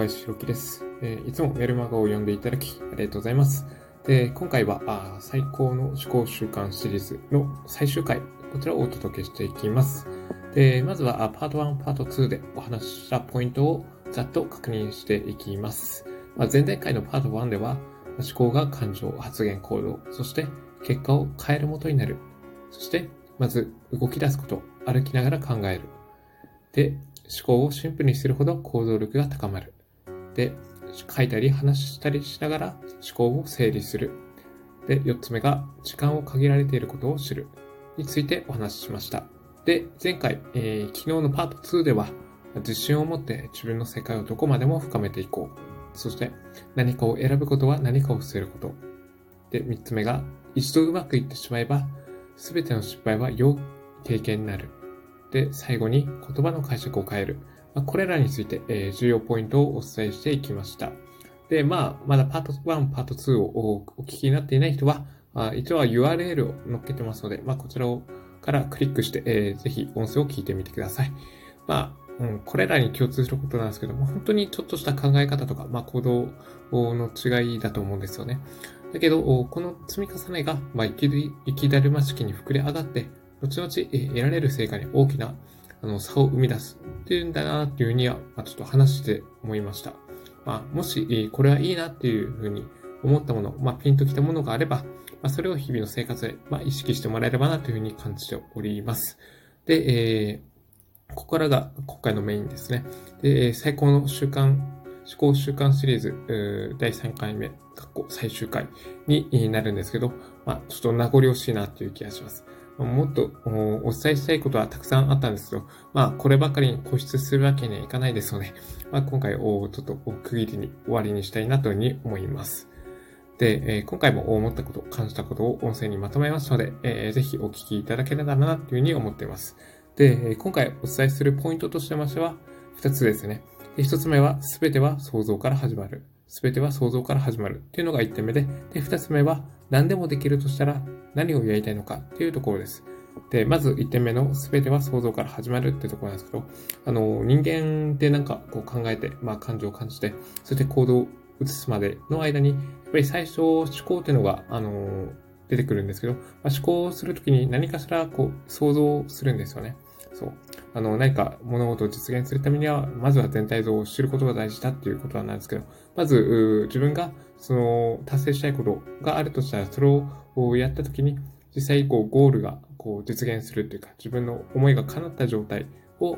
林弘樹です。いつもメルマガを読んでいただきありがとうございます。で、今回は最高の思考習慣シリーズの最終回、こちらをお届けしていきます。で、まずはパート1、パート2でお話ししたポイントをざっと確認していきます。前々回のパート1では、思考が感情、発言、行動、そして結果を変える元になる。そして、まず動き出すこと、歩きながら考える。で、思考をシンプルにするほど行動力が高まる。で、書いたり話したりしながら思考を整理する。で、4つ目が時間を限られていることを知るについてお話ししました。で、前回、昨日のパート2では自信を持って自分の世界をどこまでも深めていこう。そして何かを選ぶことは何かを捨てること。で、3つ目が一度うまくいってしまえば全ての失敗は良い経験になる。で、最後に言葉の解釈を変える。これらについて、重要ポイントをお伝えしていきました。で、まだパート1、パート2をお聞きになっていない人は、一応は URL を載っけてますので、こちらからクリックして、ぜひ音声を聞いてみてください。これらに共通することなんですけども、本当にちょっとした考え方とか、行動の違いだと思うんですよね。だけど、この積み重ねが、雪だるま式に膨れ上がって、後々得られる成果に大きな差を生み出すっていうんだなっていうふうには、ちょっと話して思いました。もし、これはいいなっていうふうに思ったもの、ピンときたものがあれば、それを日々の生活で、意識してもらえればなというふうに感じております。で、ここからが今回のメインですね。で、最高の思考習慣シリーズ、第3回目、最終回になるんですけど、ちょっと名残惜しいなという気がします。もっとお伝えしたいことはたくさんあったんですけど、こればかりに固執するわけにはいかないですので、今回ちょっと区切りに終わりにしたいなというふうに思います。で、今回も思ったこと、感じたことを音声にまとめますので、ぜひお聞きいただければなというふうに思っています。で、今回お伝えするポイントとしてましては、2つですね。1つ目は、すべては想像から始まる。すべては想像から始まるっていうのが1点目で、2つ目は、何でもできるとしたら何をやりたいのかっていうところです。で、まず1点目のすべては想像から始まるってところなんですけど、人間って考えて、感情を感じて、そして行動を移すまでの間に、やっぱり最初思考っていうのが、出てくるんですけど、思考をするときに何かしら想像するんですよね。そう。何か物事を実現するためには、まずは全体像を知ることが大事だっていうことなんですけど、まず、自分が、達成したいことがあるとしたら、それをやったときに、実際、ゴールが、実現するっていうか、自分の思いが叶った状態を、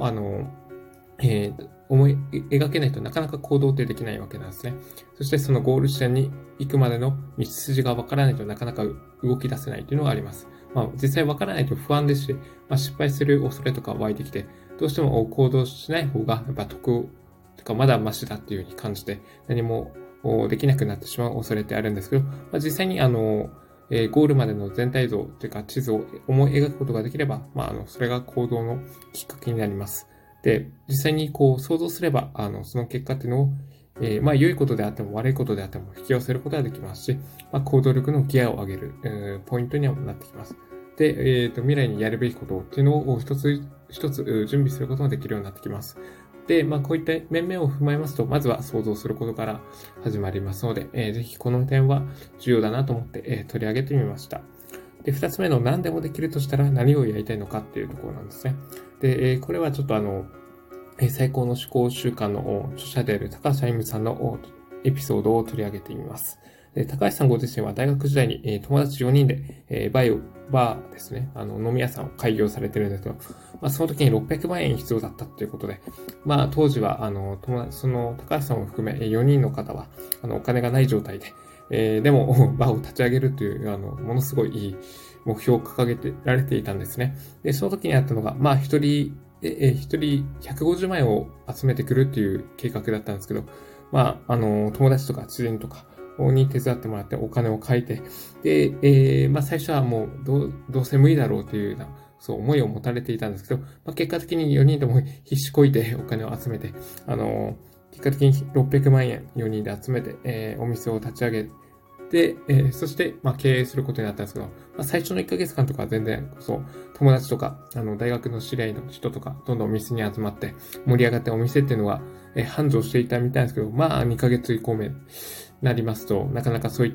思い描けないとなかなか行動ってできないわけなんですね。そしてそのゴール地点に行くまでの道筋がわからないとなかなか動き出せないというのがあります。実際わからないと不安ですし、失敗する恐れとか湧いてきて、どうしても行動しない方がやっぱ得とかまだマシだっていうふうに感じて、何もできなくなってしまう恐れってあるんですけど、実際にゴールまでの全体像というか地図を思い描くことができれば、それが行動のきっかけになります。で、実際に想像すれば、その結果っていうのを、良いことであっても悪いことであっても引き寄せることができますし、行動力のギアを上げる、ポイントにはなってきます。で、未来にやるべきことっていうのを一つ一つ準備することができるようになってきます。で、こういった面々を踏まえますと、まずは想像することから始まりますので、ぜひこの点は重要だなと思って、取り上げてみました。で、二つ目の何でもできるとしたら何をやりたいのかっていうところなんですね。で、これはちょっと最高の思考習慣の著者である高橋歩夢さんのエピソードを取り上げてみます。で、高橋さんご自身は大学時代に友達4人でバーですね、飲み屋さんを開業されてるんですけど、その時に600万円必要だったということで、当時はその高橋さんを含め4人の方はお金がない状態で、でもバーを立ち上げるというものすごいいい目標を掲げてられていたんですね。で、その時にあったのが、一人150万円を集めてくるっていう計画だったんですけど、友達とか知人とかに手伝ってもらってお金を借りて、で、最初はもうどうせ無理だろうというような、そう思いを持たれていたんですけど、結果的に4人とも必死こいてお金を集めて、結果的に600万円4人で集めて、お店を立ち上げで、そして、経営することになったんですけど、最初の1ヶ月間とかは全然、友達とか、大学の知り合いの人とか、どんどんお店に集まって、盛り上がってお店っていうのは、繁盛していたみたいですけど、2ヶ月以降目になりますと、なかなかそういった、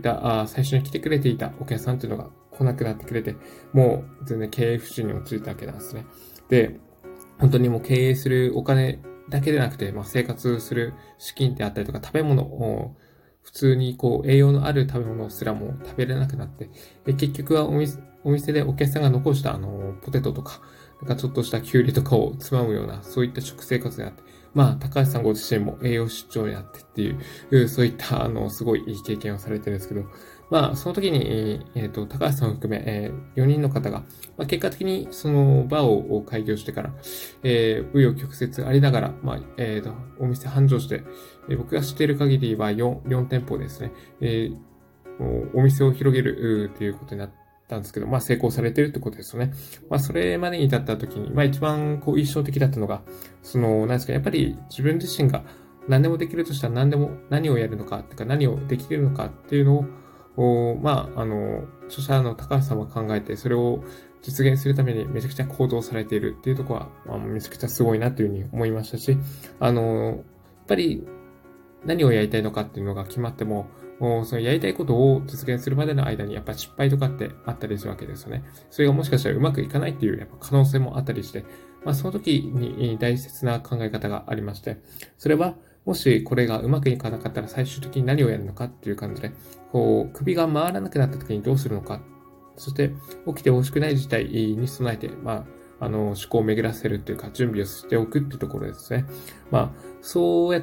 最初に来てくれていたお客さんっていうのが来なくなってくれて、もう全然経営不振に陥ったわけなんですね。で、本当にもう経営するお金だけでなくて、生活する資金であったりとか、食べ物を、普通に栄養のある食べ物すらも食べれなくなって、結局はお店でお客さんが残したポテトとか、ちょっとしたキュウリとかをつまむような、そういった食生活であって、高橋さんご自身も栄養失調になってっていう、そういったすごいいい経験をされてるんですけど、その時に、高橋さんを含め、4人の方が、結果的にそのバーを開業してから、紆余曲折ありながら、お店繁盛して、僕が知っている限りは4店舗ですね、お店を広げるということになったんですけど、成功されているってことですよね。それまでに至った時に、一番印象的だったのが、なんですか、やっぱり自分自身が何でもできるとしたら何をやるのか、何をできているのかっていうのを、著者の高橋さんは考えて、それを実現するためにめちゃくちゃ行動されているっていうところは、めちゃくちゃすごいなというふうに思いましたし、やっぱり何をやりたいのかっていうのが決まっても、そのやりたいことを実現するまでの間にやっぱ失敗とかってあったりするわけですよね。それがもしかしたらうまくいかないっていうやっぱ可能性もあったりして、その時に大切な考え方がありまして、それはもしこれがうまくいかなかったら最終的に何をやるのかっていう感じで、首が回らなくなった時にどうするのか、そして起きてほしくない事態に備えて、思考を巡らせるというか、準備をしておくっていうところですね。そうやって、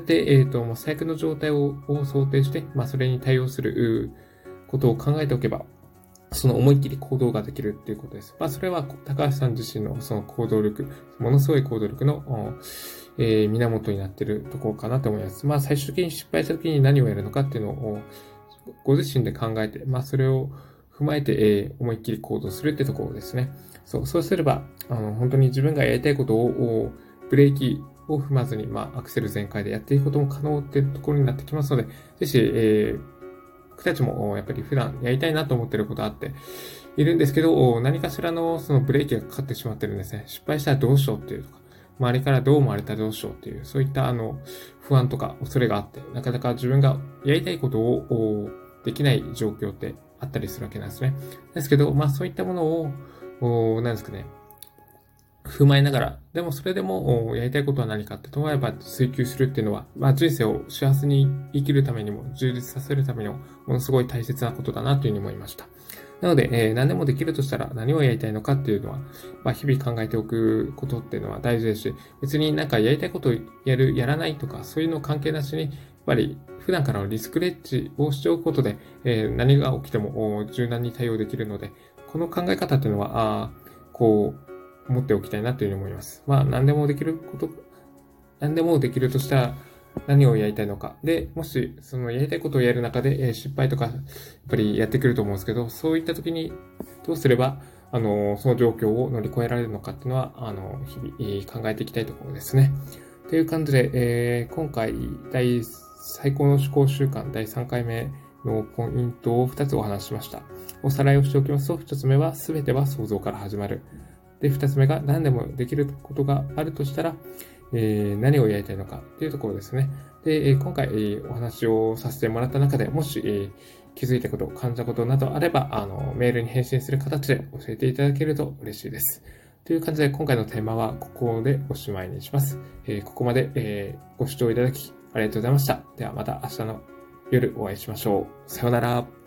もう最悪の状態を想定して、それに対応することを考えておけば、その思いっきり行動ができるっていうことです。それは高橋さん自身のその行動力、ものすごい行動力の、源になっているところかなと思います。最終的に失敗した時に何をやるのかっていうのを、ご自身で考えて、それを踏まえて、思いっきり行動するってところですね。そうすれば、本当に自分がやりたいことを、ブレーキを踏まずに、アクセル全開でやっていくことも可能っていうところになってきますので、ぜひ、僕たちもやっぱり普段やりたいなと思っていることあっているんですけど、何かしらのそのブレーキがかかってしまってるんですね。失敗したらどうしようっていうとか、周りからどう思われたらどうしようっていう、そういった不安とか恐れがあって、なかなか自分がやりたいことをできない状況ってあったりするわけなんですね。ですけど、そういったものを、なんですかね、踏まえながら、でもそれでもやりたいことは何かってとやっぱ追求するっていうのは、人生を幸せに生きるためにも、充実させるためにも、ものすごい大切なことだなというふうに思いました。なので、何でもできるとしたら何をやりたいのかっていうのは、日々考えておくことっていうのは大事ですし、別になんかやりたいことをやらないとか、そういうの関係なしに、やっぱり普段からのリスクレッジをしておくことで、何が起きても柔軟に対応できるので、この考え方っていうのは、持っておきたいなというふうに思います。何でもできるとしたら何をやりたいのか。で、もし、そのやりたいことをやる中で、失敗とか、やっぱりやってくると思うんですけど、そういった時にどうすれば、その状況を乗り越えられるのかっていうのは、日々考えていきたいところですね。という感じで、今回、最高の思考習慣第3回目のポイントを2つお話ししました。おさらいをしておきますと、1つ目は、すべては想像から始まる。で、二つ目が何でもできることがあるとしたら、何をやりたいのかというところですね。で、今回、お話をさせてもらった中で、もし、気づいたこと、感じたことなどあれば、メールに返信する形で教えていただけると嬉しいです。という感じで、今回のテーマはここでおしまいにします。ここまで、ご視聴いただきありがとうございました。ではまた明日の夜お会いしましょう。さようなら。